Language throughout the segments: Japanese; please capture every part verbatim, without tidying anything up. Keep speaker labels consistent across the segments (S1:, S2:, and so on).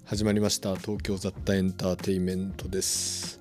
S1: 始まりました東京雑多エンターテイメントです。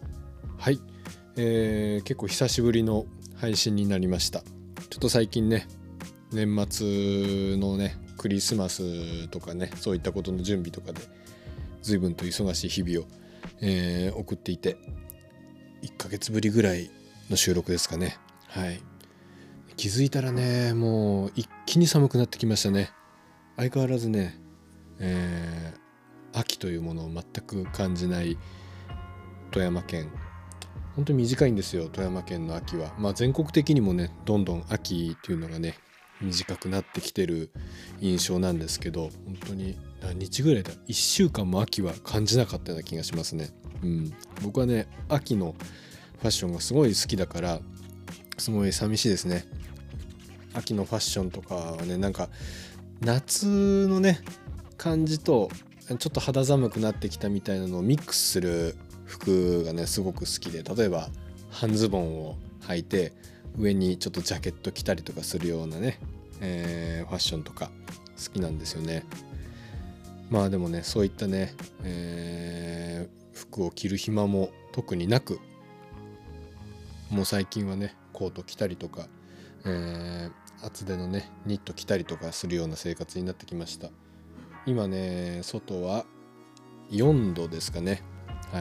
S1: はい、えー、結構久しぶりの配信になりました。ちょっと最近ね、年末のねクリスマスとかね、そういったことの準備とかで随分と忙しい日々を、えー、送っていて、いっかげつぶりぐらいの収録ですかね。はい、気づいたらね、もう一気に寒くなってきましたね。相変わらずね、えー秋というものを全く感じない富山県。本当に短いんですよ、富山県の秋は。まあ全国的にもね、どんどん秋というのがね短くなってきてる印象なんですけど、本当に何日ぐらいだ、いっしゅうかんも秋は感じなかったような気がしますね。うん、僕はね秋のファッションがすごい好きだから、すごい寂しいですね。秋のファッションとかはね、なんか夏のね感じとちょっと肌寒くなってきたみたいなのをミックスする服がねすごく好きで、例えば半ズボンを履いて上にちょっとジャケット着たりとかするようなね、えー、ファッションとか好きなんですよね。まあでもね、そういったね、えー、服を着る暇も特になく、もう最近はねコート着たりとか、えー、厚手のねニット着たりとかするような生活になってきました。今ね外はよんどですかね。はい。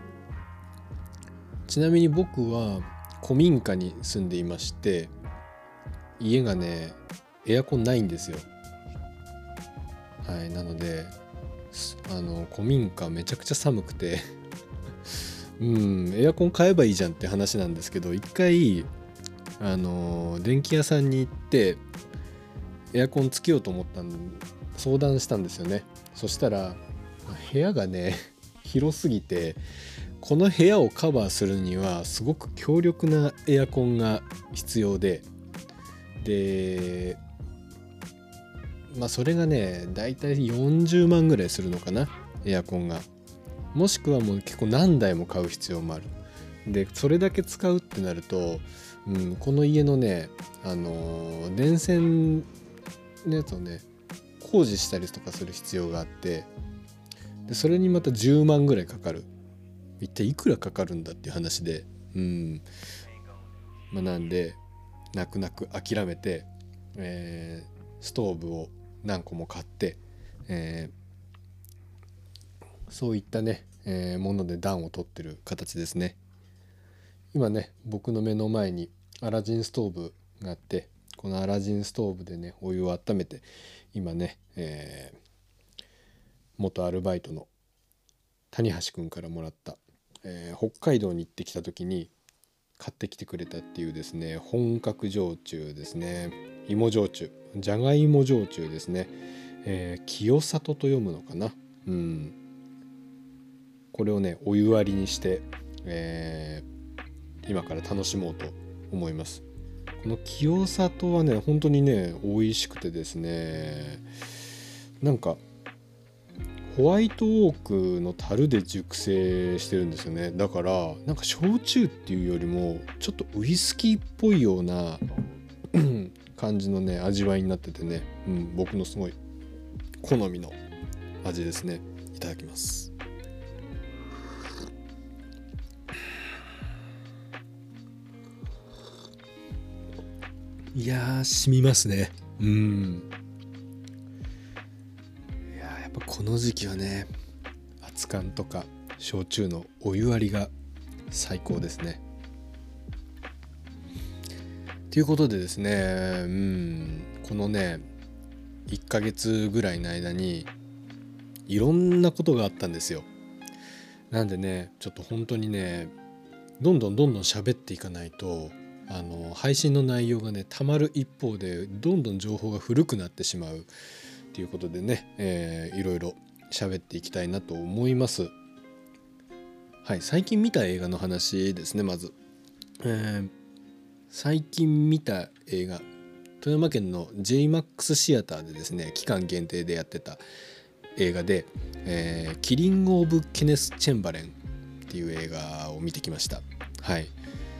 S1: ちなみに僕は古民家に住んでいまして、家がねエアコンないんですよ。はい。なのであの古民家めちゃくちゃ寒くてうんエアコン買えばいいじゃんって話なんですけど、一回あの電気屋さんに行ってエアコンつけようと思ったん相談したんですよね。そしたら部屋がね広すぎて、この部屋をカバーするにはすごく強力なエアコンが必要で、でまあそれがねだいたいよんじゅうまんぐらいするのかな、エアコンが。もしくはもう結構何台も買う必要もある。でそれだけ使うってなると、うん、この家のねあのー、電線のやつをね工事したりとかする必要があって、でそれにまたじゅうまんぐらいかかる。一体いくらかかるんだっていう話で、うんまあ、なんで泣く泣く諦めて、えー、ストーブを何個も買って、えー、そういったね、えー、もので暖を取ってる形ですね。今ね僕の目の前にアラジンストーブがあって、このアラジンストーブでねお湯を温めて、今ね、えー、元アルバイトの谷橋くんからもらった、えー、北海道に行ってきた時に買ってきてくれたっていうですね本格焼酎ですね。芋焼酎、じゃがいも焼酎ですね。えー、清里と読むのかな。うんこれをねお湯割りにして、えー、今から楽しもうと思います。この清里はね本当にね美味しくてですね、なんかホワイトオークの樽で熟成してるんですよね。だからなんか焼酎っていうよりもちょっとウイスキーっぽいような感じのね味わいになっててね、うん、僕のすごい好みの味ですね。いただきます。いやー染みますね。うんやっぱこの時期はね熱燗とか焼酎のお湯割りが最高ですね。ということでですね、うんこのねいっかげつぐらいの間にいろんなことがあったんですよ。なんでねちょっと本当にねどんどんどんどん喋っていかないと、あの配信の内容がねたまる一方でどんどん情報が古くなってしまうということでね、えー、いろいろ喋っていきたいなと思います。はい、最近見た映画の話ですね。まず、えー、最近見た映画、富山県の ジェイマックス シアターでですね期間限定でやってた映画で、えー、キリング・オブ・ケネス・チェンバレンっていう映画を見てきました。はい、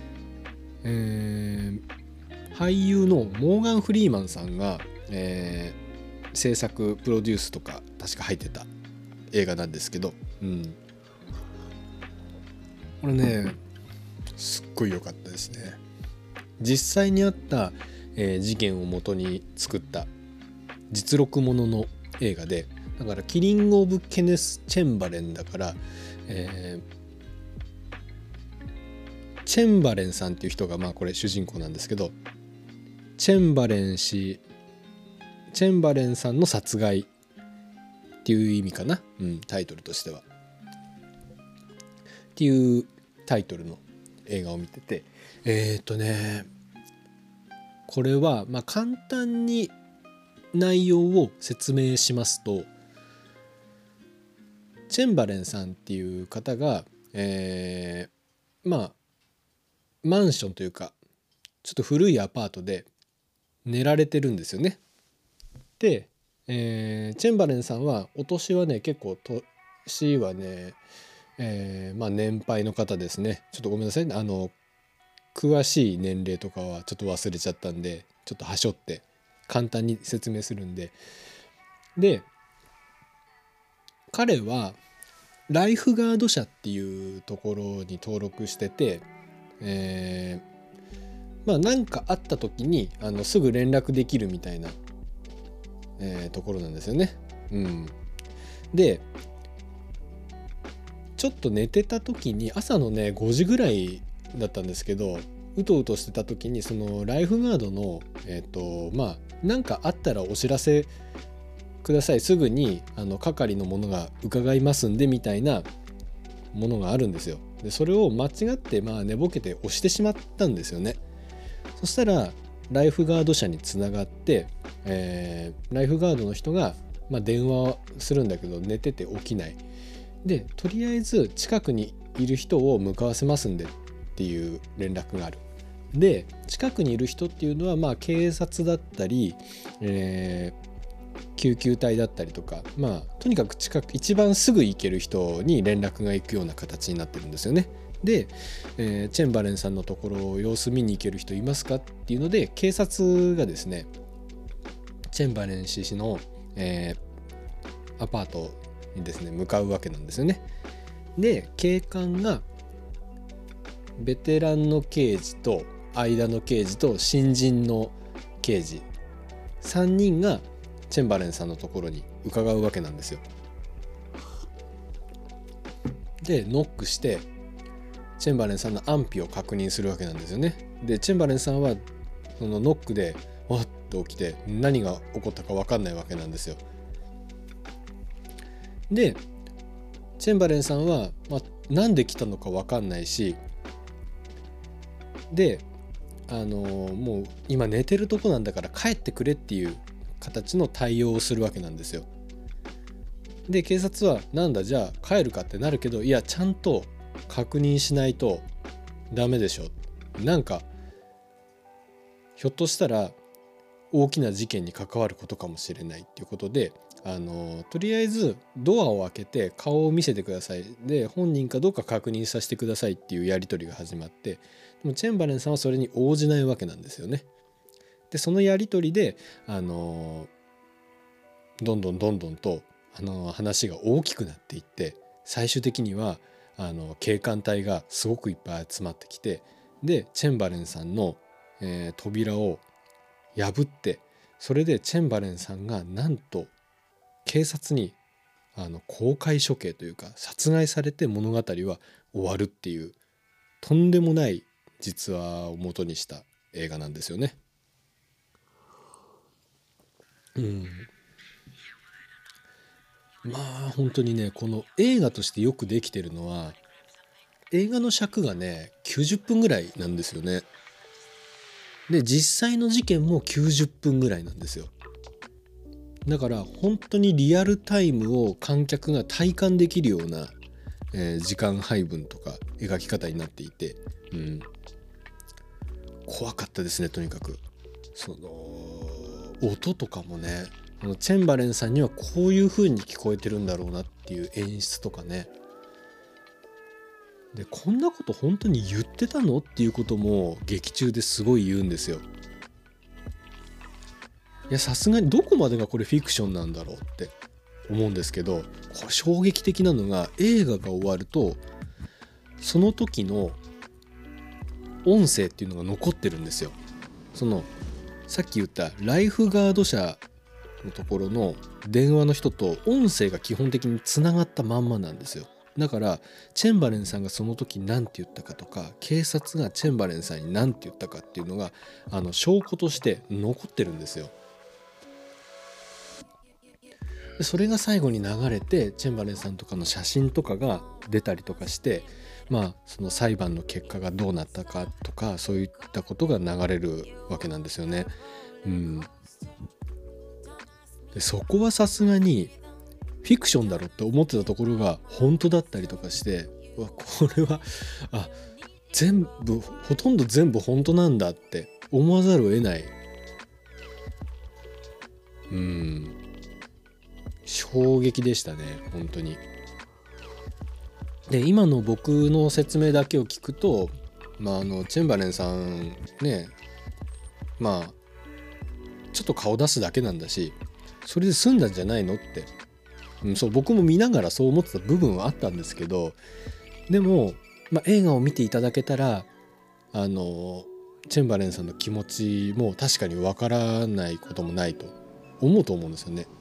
S1: えー、俳優のモーガン・フリーマンさんが、えー、制作プロデュースとか確か入ってた映画なんですけど、うん、これねすっごい良かったですね。実際にあった、えー、事件をもとに作った実録ものの映画で、だからキリング・オブ・ケネス・チェンバレンだから、えー、チェンバレンさんっていう人がまあこれ主人公なんですけど、チェンバレン氏チェンバレンさんの殺害っていう意味かな、うん、タイトルとしてはっていうタイトルの映画を見てて、えー、っとねこれはまあ簡単に内容を説明しますと、チェンバレンさんっていう方が、えー、まあマンションというかちょっと古いアパートで寝られてるんですよね。で、えー、チェンバレンさんはお年はね結構年はね、えー、まあ年配の方ですね。ちょっとごめんなさい、あの詳しい年齢とかはちょっと忘れちゃったんでちょっとはしょって簡単に説明するんで、で彼はライフガード社っていうところに登録してて、えー、まあ何かあった時にあのすぐ連絡できるみたいな、えー、ところなんですよね。うん、でちょっと寝てた時に朝のねごじぐらいだったんですけど、うとうとしてた時にそのライフガードのえっとまあ何かあったらお知らせください、すぐにあの係の者が伺いますんでみたいなものがあるんですよ。でそれを間違ってまあ寝ぼけて押してしまったんですよね。そしたらライフガード社につながって、えー、ライフガードの人が、まあ、電話するんだけど寝てて起きないで、とりあえず近くにいる人を向かわせますんでっていう連絡がある。で近くにいる人っていうのはまあ警察だったり、えー救急隊だったりとか、まあとにかく近く一番すぐ行ける人に連絡が行くような形になってるんですよね。で、えー、チェンバレンさんのところを様子見に行ける人いますかっていうので警察がですねチェンバレン氏の、えー、アパートにですね向かうわけなんですよね。で警官がベテランの刑事と間の刑事と新人の刑事さんにんがチェンバレンさんのところに伺うわけなんですよ。でノックしてチェンバレンさんの安否を確認するわけなんですよね。でチェンバレンさんはそのノックでわっと起きて何が起こったか分かんないわけなんですよ。でチェンバレンさんは、まあ、なんで来たのか分かんないし、であのもう今寝てるとこなんだから帰ってくれっていう形の対応をするわけなんですよ。で警察はなんだじゃあ帰るかってなるけど、いやちゃんと確認しないとダメでしょ、なんかひょっとしたら大きな事件に関わることかもしれないっていうことで、あのとりあえずドアを開けて顔を見せてください、で本人かどうか確認させてくださいっていうやり取りが始まって、でもチェンバレンさんはそれに応じないわけなんですよね。でそのやり取りであのどんどんどんどんとあの話が大きくなっていって、最終的にはあの警官隊がすごくいっぱい集まってきて、でチェンバレンさんの、えー、扉を破って、それでチェンバレンさんがなんと警察にあの公開処刑というか殺害されて物語は終わるっていうとんでもない実話を元にした映画なんですよね。うん、まあ本当にねこの映画としてよくできてるのは映画の尺がねきゅうじゅっぷんぐらいなんですよね。で実際の事件もきゅうじゅっぷんぐらいなんですよ。だから本当にリアルタイムを観客が体感できるような、えー、時間配分とか描き方になっていて、うん、怖かったですね。とにかくその音とかもね、あのチェンバレンさんにはこういう風に聞こえてるんだろうなっていう演出とかね、でこんなこと本当に言ってたのっていうことも劇中ですごい言うんですよ。いやさすがにどこまでがこれフィクションなんだろうって思うんですけど、これ衝撃的なのが、映画が終わるとその時の音声っていうのが残ってるんですよ。そのさっき言ったライフガード社のところの電話の人と音声が基本的につながったまんまなんですよ。だからチェンバレンさんがその時何て言ったかとか、警察がチェンバレンさんに何て言ったかっていうのがあの証拠として残ってるんですよ。でそれが最後に流れてチェンバレンさんとかの写真とかが出たりとかして、まあその裁判の結果がどうなったかとか、そういったことが流れるわけなんですよね。うん、でそこはさすがにフィクションだろって思ってたところが本当だったりとかして、うわこれはあ全部ほとんど全部本当なんだって思わざるを得ない、うん衝撃でしたね本当に。で今の僕の説明だけを聞くと、まああのチェンバレンさんね、まあちょっと顔出すだけなんだし、それで済んだんじゃないのって、うん、そう僕も見ながらそう思ってた部分はあったんですけど、でも、まあ、映画を見ていただけたらあのチェンバレンさんの気持ちも確かにわからないこともないと思うと思うんですよね。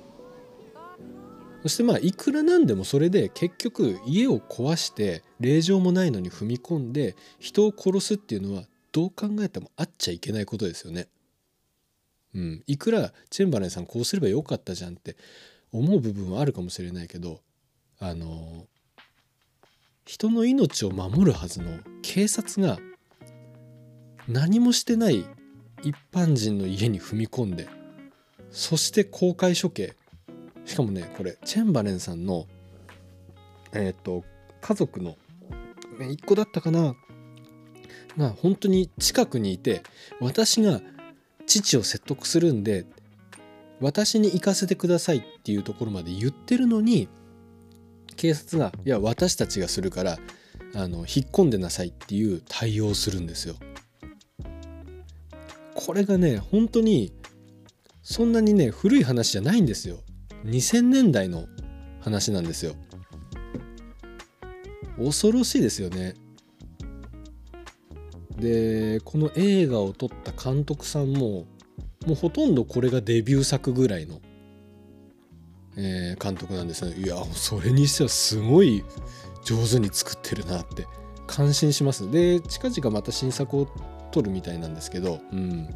S1: そしてまあいくらなんでもそれで結局家を壊して令状もないのに踏み込んで人を殺すっていうのはどう考えてもあっちゃいけないことですよね。うん、いくらチェンバレンさんこうすればよかったじゃんって思う部分はあるかもしれないけど、あの人の命を守るはずの警察が何もしてない一般人の家に踏み込んで、そして公開処刑、しかもねこれチェンバレンさんのえっと家族の一個だったかなが本当に近くにいて、私が父を説得するんで私に行かせてくださいっていうところまで言ってるのに、警察がいや私たちがするからあの引っ込んでなさいっていう対応をするんですよ。これがね本当にそんなにね古い話じゃないんですよ。にせんねんだいの話なんですよ。恐ろしいですよね。でこの映画を撮った監督さんももうほとんどこれがデビュー作ぐらいの、えー監督なんですね。いやそれにしてはすごい上手に作ってるなって感心します。で近々また新作を撮るみたいなんですけど、うん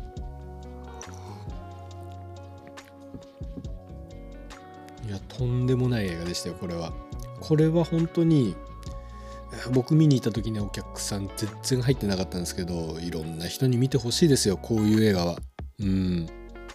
S1: いやとんでもない映画でしたよこれは。これは本当に僕見に行った時にお客さん全然入ってなかったんですけど、いろんな人に見てほしいですよこういう映画は。うん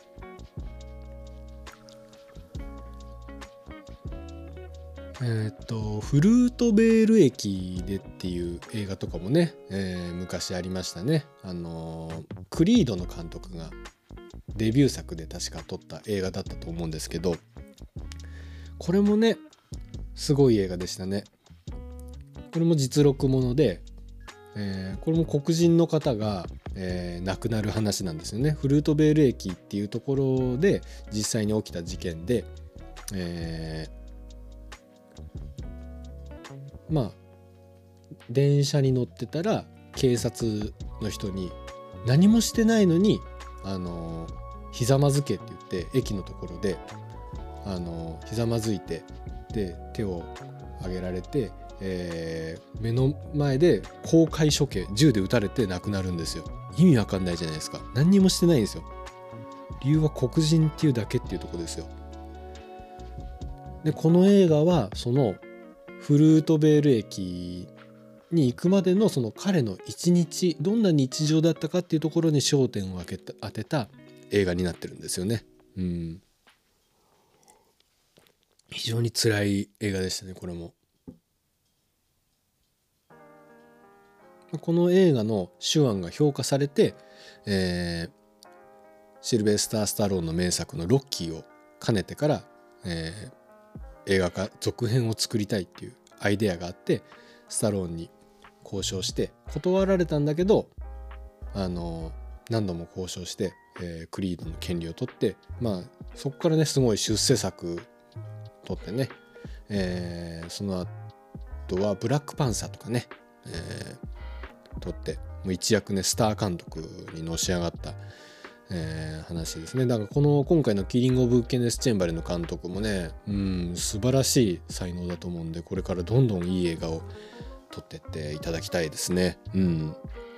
S1: えっとフルートベール駅でっていう映画とかもね、えー昔ありましたね。あのークリードの監督がデビュー作で確か撮った映画だったと思うんですけど、これもねすごい映画でしたね。これも実録もので、えーこれも黒人の方が、えー亡くなる話なんですよね。フルートベール駅っていうところで実際に起きた事件で、えーまあ電車に乗ってたら警察の人に何もしてないのにあのひざまずけって言って駅のところであのひざまずいてで手を挙げられて、えー目の前で公開処刑銃で撃たれて亡くなるんですよ。意味わかんないじゃないですか。何にもしてないんですよ。理由は黒人っていうだけっていうところですよ。でこの映画はそのフルートベール駅に行くまでのその彼の一日どんな日常だったかっていうところに焦点を当てた、当てた映画になってるんですよね。うん、非常に辛い映画でしたねこれも。この映画の手腕が評価されて、えーシルベスター・スタローンの名作のロッキーを兼ねてから、えー映画化続編を作りたいっていうアイデアがあってスタローンに交渉して断られたんだけど、あの何度も交渉して、えークリードの権利を取って、まあそこからねすごい出世作撮ってね、えー、その後はブラックパンサーとかね、えー、撮ってもう一躍ねスター監督にのし上がった、えー、話ですね。だからこの今回のキリング・オブ・ケネス・チェンバレンの監督もね、うん素晴らしい才能だと思うんで、これからどんどんいい映画を撮ってっていただきたいですね。うん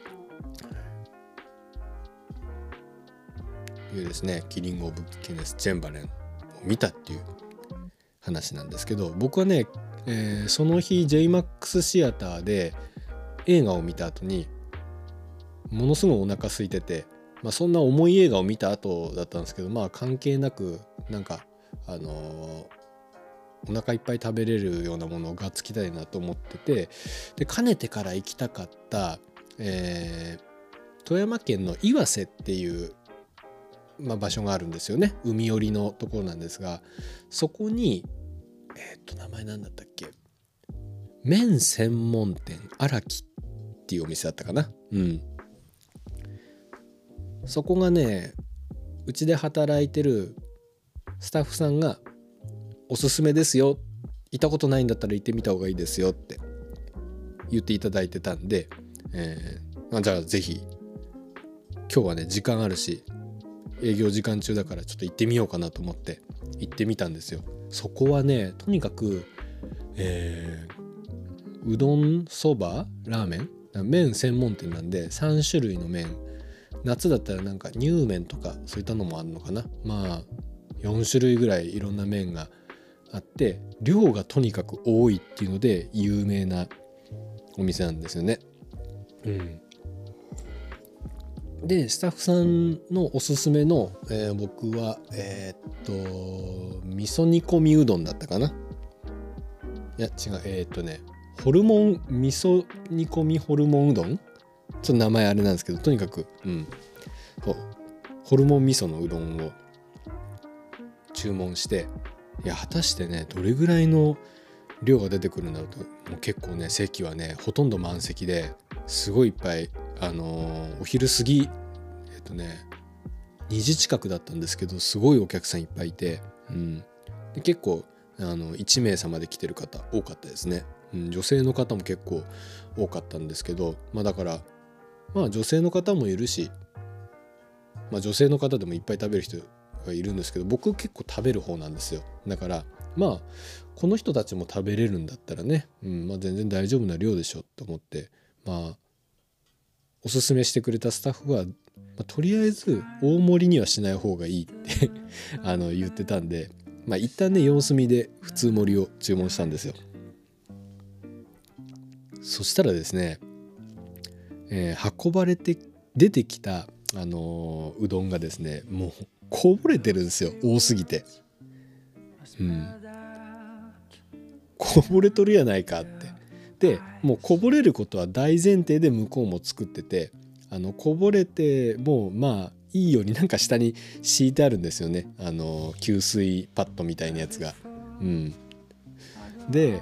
S1: いうですね、キリング・オブ・ケネス・チェンバレンを見たっていう話なんですけど、僕はね、えー、その日 ジェイマックス シアターで映画を見た後にものすごいお腹空いてて、まあ、そんな重い映画を見た後だったんですけど、まあ関係なくなんかあのー、お腹いっぱい食べれるようなものをがっつきたいなと思ってて、でかねてから行きたかった、えー、富山県の岩瀬っていうまあ、場所があるんですよね。海寄りのところなんですが、そこにえっと名前なんだったっけ、麺専門店荒木っていうお店だったかな。うんそこがね、うちで働いてるスタッフさんがおすすめですよ、行ったことないんだったら行ってみた方がいいですよって言っていただいてたんで、えー、あじゃあぜひ今日はね時間あるし営業時間中だからちょっと行ってみようかなと思って行ってみたんですよ。そこはねとにかく、えー、うどんそばラーメン麺専門店なんでさん種類の麺、夏だったらなんか乳麺とかそういったのもあるのかな、まあよん種類ぐらいいろんな麺があって量がとにかく多いっていうので有名なお店なんですよね。うんでスタッフさんのおすすめの、えー、僕はえー、っと味噌煮込みうどんだったかな。いや違うえー、っとねホルモン味噌煮込みホルモンうどん、ちょっと名前あれなんですけど、とにかくうんそうホルモン味噌のうどんを注文して、いや果たしてねどれぐらいの量が出てくるんだろうと、もう結構ね席はねほとんど満席ですごいいっぱいあのー、お昼過ぎえっとねにじ近くだったんですけどすごいお客さんいっぱいいて、うん、で結構あのいち名様で来てる方多かったですね、うん、女性の方も結構多かったんですけど、まあだからまあ女性の方もいるし、まあ女性の方でもいっぱい食べる人がいるんですけど、僕結構食べる方なんですよ。だからまあこの人たちも食べれるんだったらね、うんまあ、全然大丈夫な量でしょと思ってまあおすすめしてくれたスタッフは、まあ、とりあえず大盛りにはしない方がいいってあの言ってたんで、まあ一旦ね様子見で普通盛りを注文したんですよ。そしたらですね、えー、運ばれて出てきた、あのー、うどんがですねもうこぼれてるんですよ、多すぎて。うんこぼれとるやないかって。でもうこぼれることは大前提で向こうも作ってて、あのこぼれてもうまあいいようになんか下に敷いてあるんですよね、あの給水パッドみたいなやつが。うんで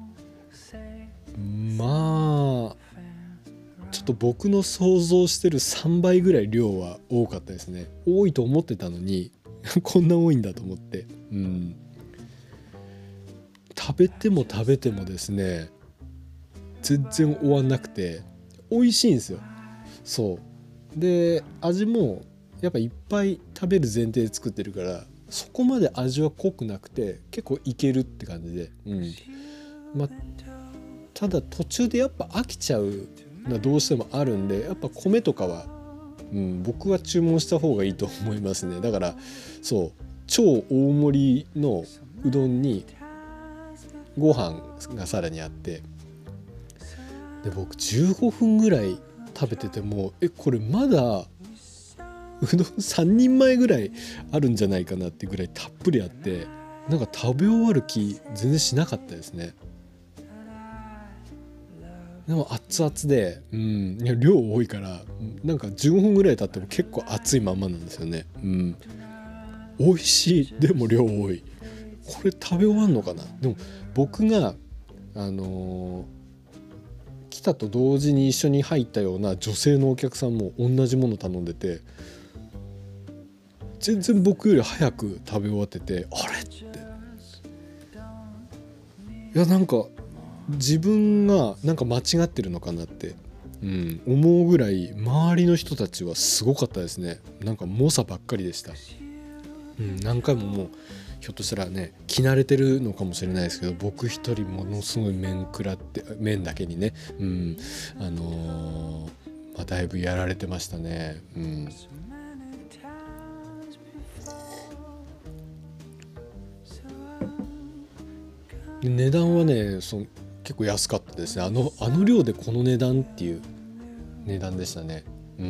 S1: まあちょっと僕の想像してるさんばいぐらい量は多かったですね。多いと思ってたのにこんな多いんだと思って、うん、食べても食べてもですね全然終わんなくて美味しいんですよ。そうで味もやっぱいっぱい食べる前提で作ってるからそこまで味は濃くなくて結構いけるって感じで、うんまあ、ただ途中でやっぱ飽きちゃうのはどうしてもあるんで、やっぱ米とかは、うん、僕は注文した方がいいと思いますね。だからそう超大盛りのうどんにご飯がさらにあって、で僕じゅうごふんぐらい食べててもえこれまだうどんさんにんまえぐらいあるんじゃないかなってぐらいたっぷりあって、なんか食べ終わる気全然しなかったですね。でも熱々で、うん、いや量多いからなんかじゅうごふんぐらい経っても結構熱いまんまなんですよね。うん、美味しい、でも量多い、これ食べ終わんのかな。でも僕があのー、来たと同時に一緒に入ったような女性のお客さんも同じもの頼んでて、全然僕より早く食べ終わってて、あれっていやなんか自分がなんか間違ってるのかなって、うん、思うぐらい周りの人たちはすごかったですね。なんか猛者ばっかりでした。うん、何回ももうひょっとしたらね着慣れてるのかもしれないですけど、僕一人ものすごい面食らって面だけにね、うん、あのーまあ、だいぶやられてましたね。うん、で値段はねそ結構安かったですね。あのあの量でこの値段っていう値段でしたね。うん、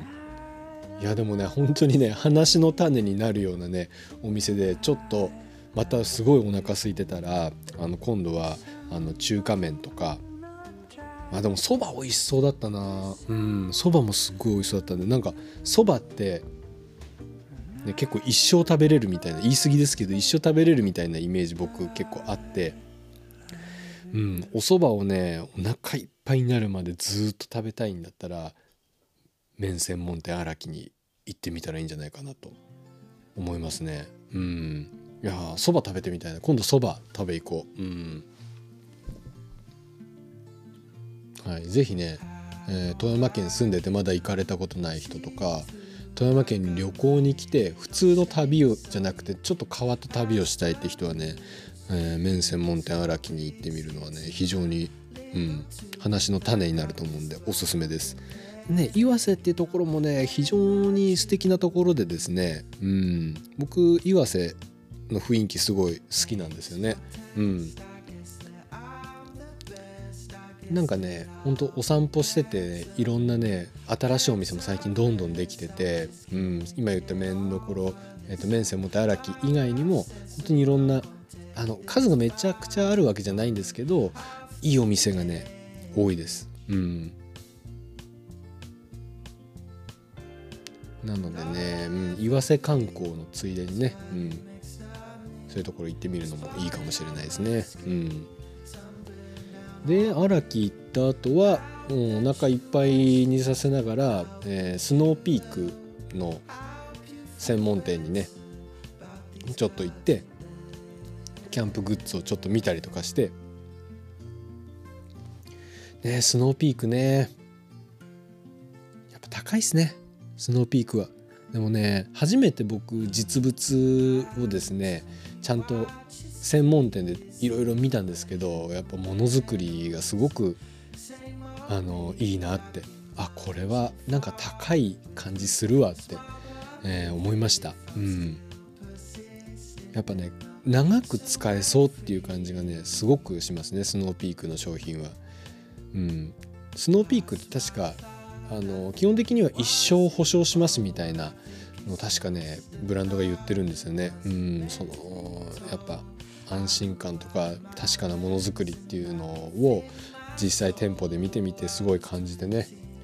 S1: いやでもね本当にね話の種になるようなねお店で、ちょっとまたすごいお腹空いてたらあの今度はあの中華麺とか、あでもそば美味しそうだったな。うんそばもすっごい美味しそうだったんで、なんかそばって、ね、結構一生食べれるみたいな、言い過ぎですけど一生食べれるみたいなイメージ僕結構あって、うん、お蕎麦をねお腹いっぱいになるまでずっと食べたいんだったら麺専門店荒木に行ってみたらいいんじゃないかなと思いますね。うん、いやー蕎麦食べてみたいな。今度蕎麦食べ行こう。うん、はい、ぜひね、えー富山県住んでてまだ行かれたことない人とか、富山県に旅行に来て普通の旅をじゃなくてちょっと変わった旅をしたいって人はね、えー麺専門店荒木に行ってみるのはね非常に、うん、話の種になると思うんでおすすめです。ね、岩瀬っていうところもね非常に素敵なところでですね、うん、僕岩瀬の雰囲気すごい好きなんですよね。うん、なんかねほんとお散歩してて、いろんなね新しいお店も最近どんどんできてて、うん、今言った麺どころ、えーと麺専門店荒木以外にも本当にいろんな、あの数がめちゃくちゃあるわけじゃないんですけど、いいお店がね多いです。うん、なのでね、うん、岩瀬観光のついでにね、うん、そういうところ行ってみるのもいいかもしれないですね。うん、で荒木行った後は、うん、お腹いっぱいにさせながら、えースノーピークの専門店にねちょっと行って、キャンプグッズをちょっと見たりとかして、ね、スノーピークねやっぱ高いっすね、スノーピークは。でもね初めて僕実物をですねちゃんと専門店でいろいろ見たんですけど、やっぱものづくりがすごくあのいいなって、あこれはなんか高い感じするわって、えー思いました。うん、やっぱね長く使えそうっていう感じがねすごくしますね、スノーピークの商品は。うん、スノーピークって確かあの基本的には一生保証しますみたいなの確かねブランドが言ってるんですよね。うん、そのやっぱ安心感とか確かなものづくりっていうのを実際店舗で見てみてすごい感じてね、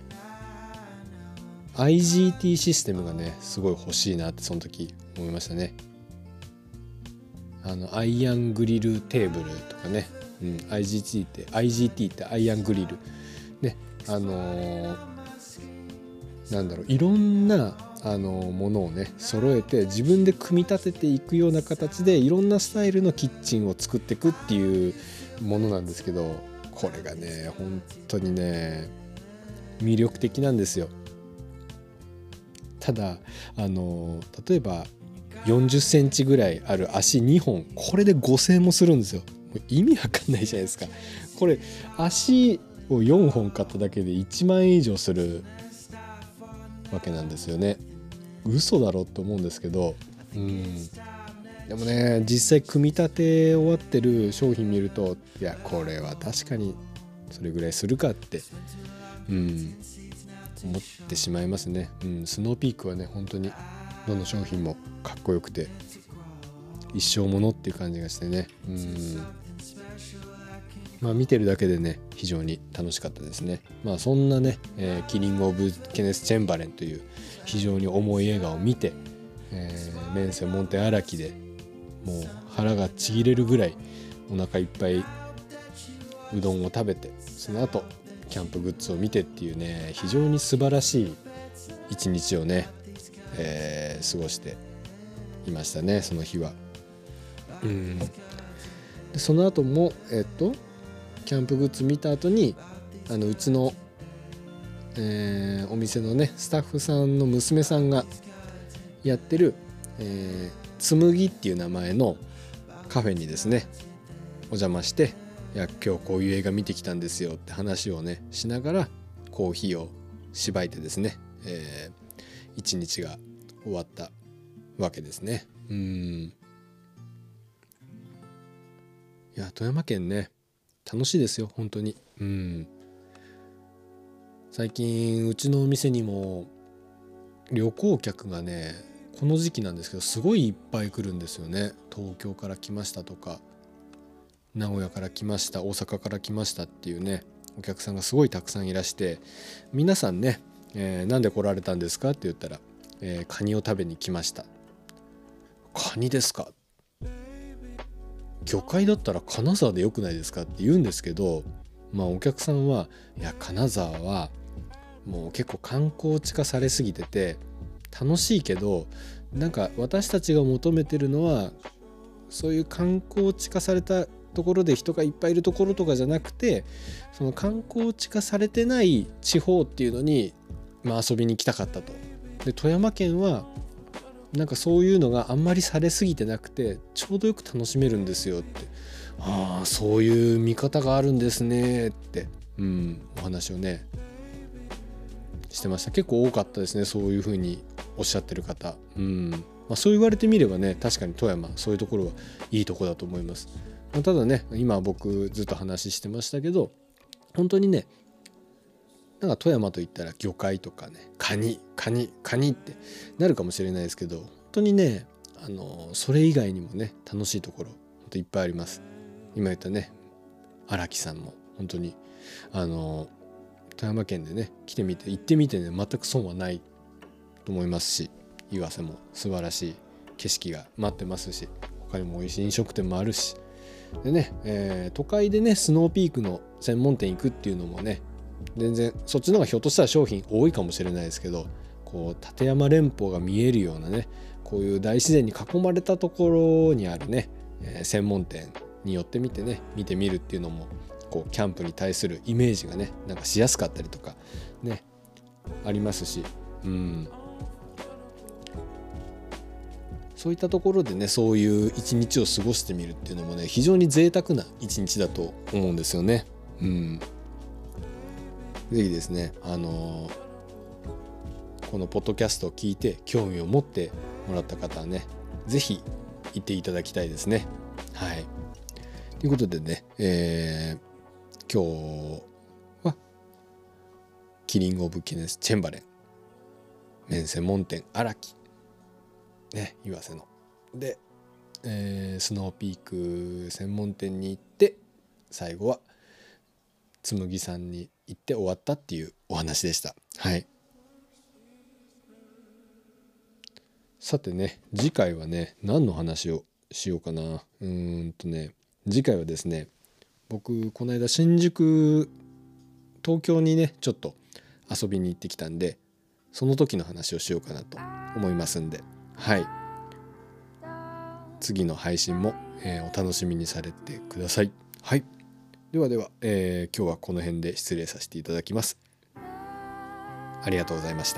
S1: アイジーティー システムがねすごい欲しいなってその時思いましたね。あのアイアングリルテーブルとかね、うん、アイジーティー って アイジーティー ってアイアングリルね、あのー、なんだろういろんなあのものをね揃えて自分で組み立てていくような形でいろんなスタイルのキッチンを作っていくっていうものなんですけど、これがね本当にね魅力的なんですよ。ただあの例えばよんじゅっセンチぐらいある足にほん、これでごせんえんもするんですよ。もう意味わかんないじゃないですか。これ足をよんほん買っただけでいちまんえん以上するわけなんですよね。嘘だろって思うんですけど、うん、でもね実際組み立て終わってる商品見ると、いやこれは確かにそれぐらいするかって、うん、思ってしまいますね。うん、スノーピークはね本当にどの商品もかっこよくて一生ものっていう感じがしてね、うん、まあ見てるだけでね非常に楽しかったですね。まあそんなね、えーキリング・オブ・ケネス・チェンバレンという非常に重い映画を見て、えー、麺専門店荒木でもう腹がちぎれるぐらいお腹いっぱいうどんを食べて、その後キャンプグッズを見てっていうね非常に素晴らしい一日をね、えー過ごしていましたねその日は。うんでその後もえっとキャンプグッズ見た後にあのうちの、えー、お店のねスタッフさんの娘さんがやってる、えー、つむぎっていう名前のカフェにですねお邪魔して、いや今日こういう映画見てきたんですよって話をねしながらコーヒーをしばいてですね、えー、一日が終わったわけですね。うん、いや富山県ね楽しいですよ本当に。うん、最近うちのお店にも旅行客がねこの時期なんですけどすごいいっぱい来るんですよね。東京から来ましたとか名古屋から来ました大阪から来ましたっていうねお客さんがすごいたくさんいらして、皆さんね、えー、なんで来られたんですかって言ったら、えー、カニを食べに来ました。カニですか、魚介だったら金沢でよくないですかって言うんですけど、まあお客さんはいや金沢はもう結構観光地化されすぎてて楽しいけど、なんか私たちが求めてるのはそういう観光地化されたところで人がいっぱいいるところとかじゃなくて、その観光地化されてない地方っていうのに、まあ、遊びに来たかったと。で富山県はなんかそういうのがあんまりされすぎてなくてちょうどよく楽しめるんですよって、ああそういう見方があるんですねって、うん、お話をねしてました。結構多かったですねそういうふうにおっしゃってる方。うん、まあ、そう言われてみればね確かに富山そういうところはいいとこだと思います。まあ、ただね今僕ずっと話してましたけど本当にねなんか富山といったら魚介とかねカニカニカニってなるかもしれないですけど、本当にねあのそれ以外にもね楽しいところ本当いっぱいあります。今言ったね荒木さんも本当にあの富山県でね来てみて行ってみてね全く損はないと思いますし、岩瀬も素晴らしい景色が待ってますし他にも美味しい飲食店もあるしでね、えー、都会でねスノーピークの専門店行くっていうのもね全然そっちの方がひょっとしたら商品多いかもしれないですけど、こう立山連峰が見えるようなねこういう大自然に囲まれたところにあるね、えー、専門店に寄ってみてね見てみるっていうのもこうキャンプに対するイメージがねなんかしやすかったりとかねありますし、うんそういったところでねそういう一日を過ごしてみるっていうのもね非常に贅沢な一日だと思うんですよね。うん、ぜひですねあのー、このポッドキャストを聞いて興味を持ってもらった方はねぜひ行っていただきたいですね。はいということでね、えー、今日はキリング・オブ・ケネス・チェンバレン麺専門店荒木ね岩瀬ので、えー、スノーピーク専門店に行って最後はつむぎさんに行って終わったっていうお話でした。はいさてね次回はね何の話をしようかな。うーんとね次回はですね僕この間新宿東京にねちょっと遊びに行ってきたんでその時の話をしようかなと思いますんで、はい次の配信も、えー、お楽しみにされてください。はいではでは、えー、今日はこの辺で失礼させていただきます。ありがとうございました。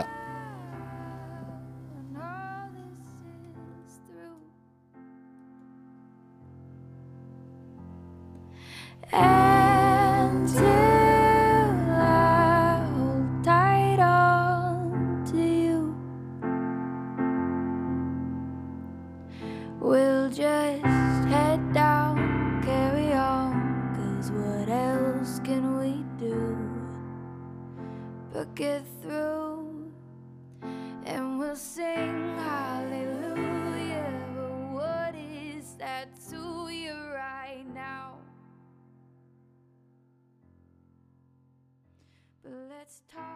S2: We'll just head down, carry on, 'cause what else can we do but get through? And we'll sing hallelujah, but what is that to you right now? But let's talk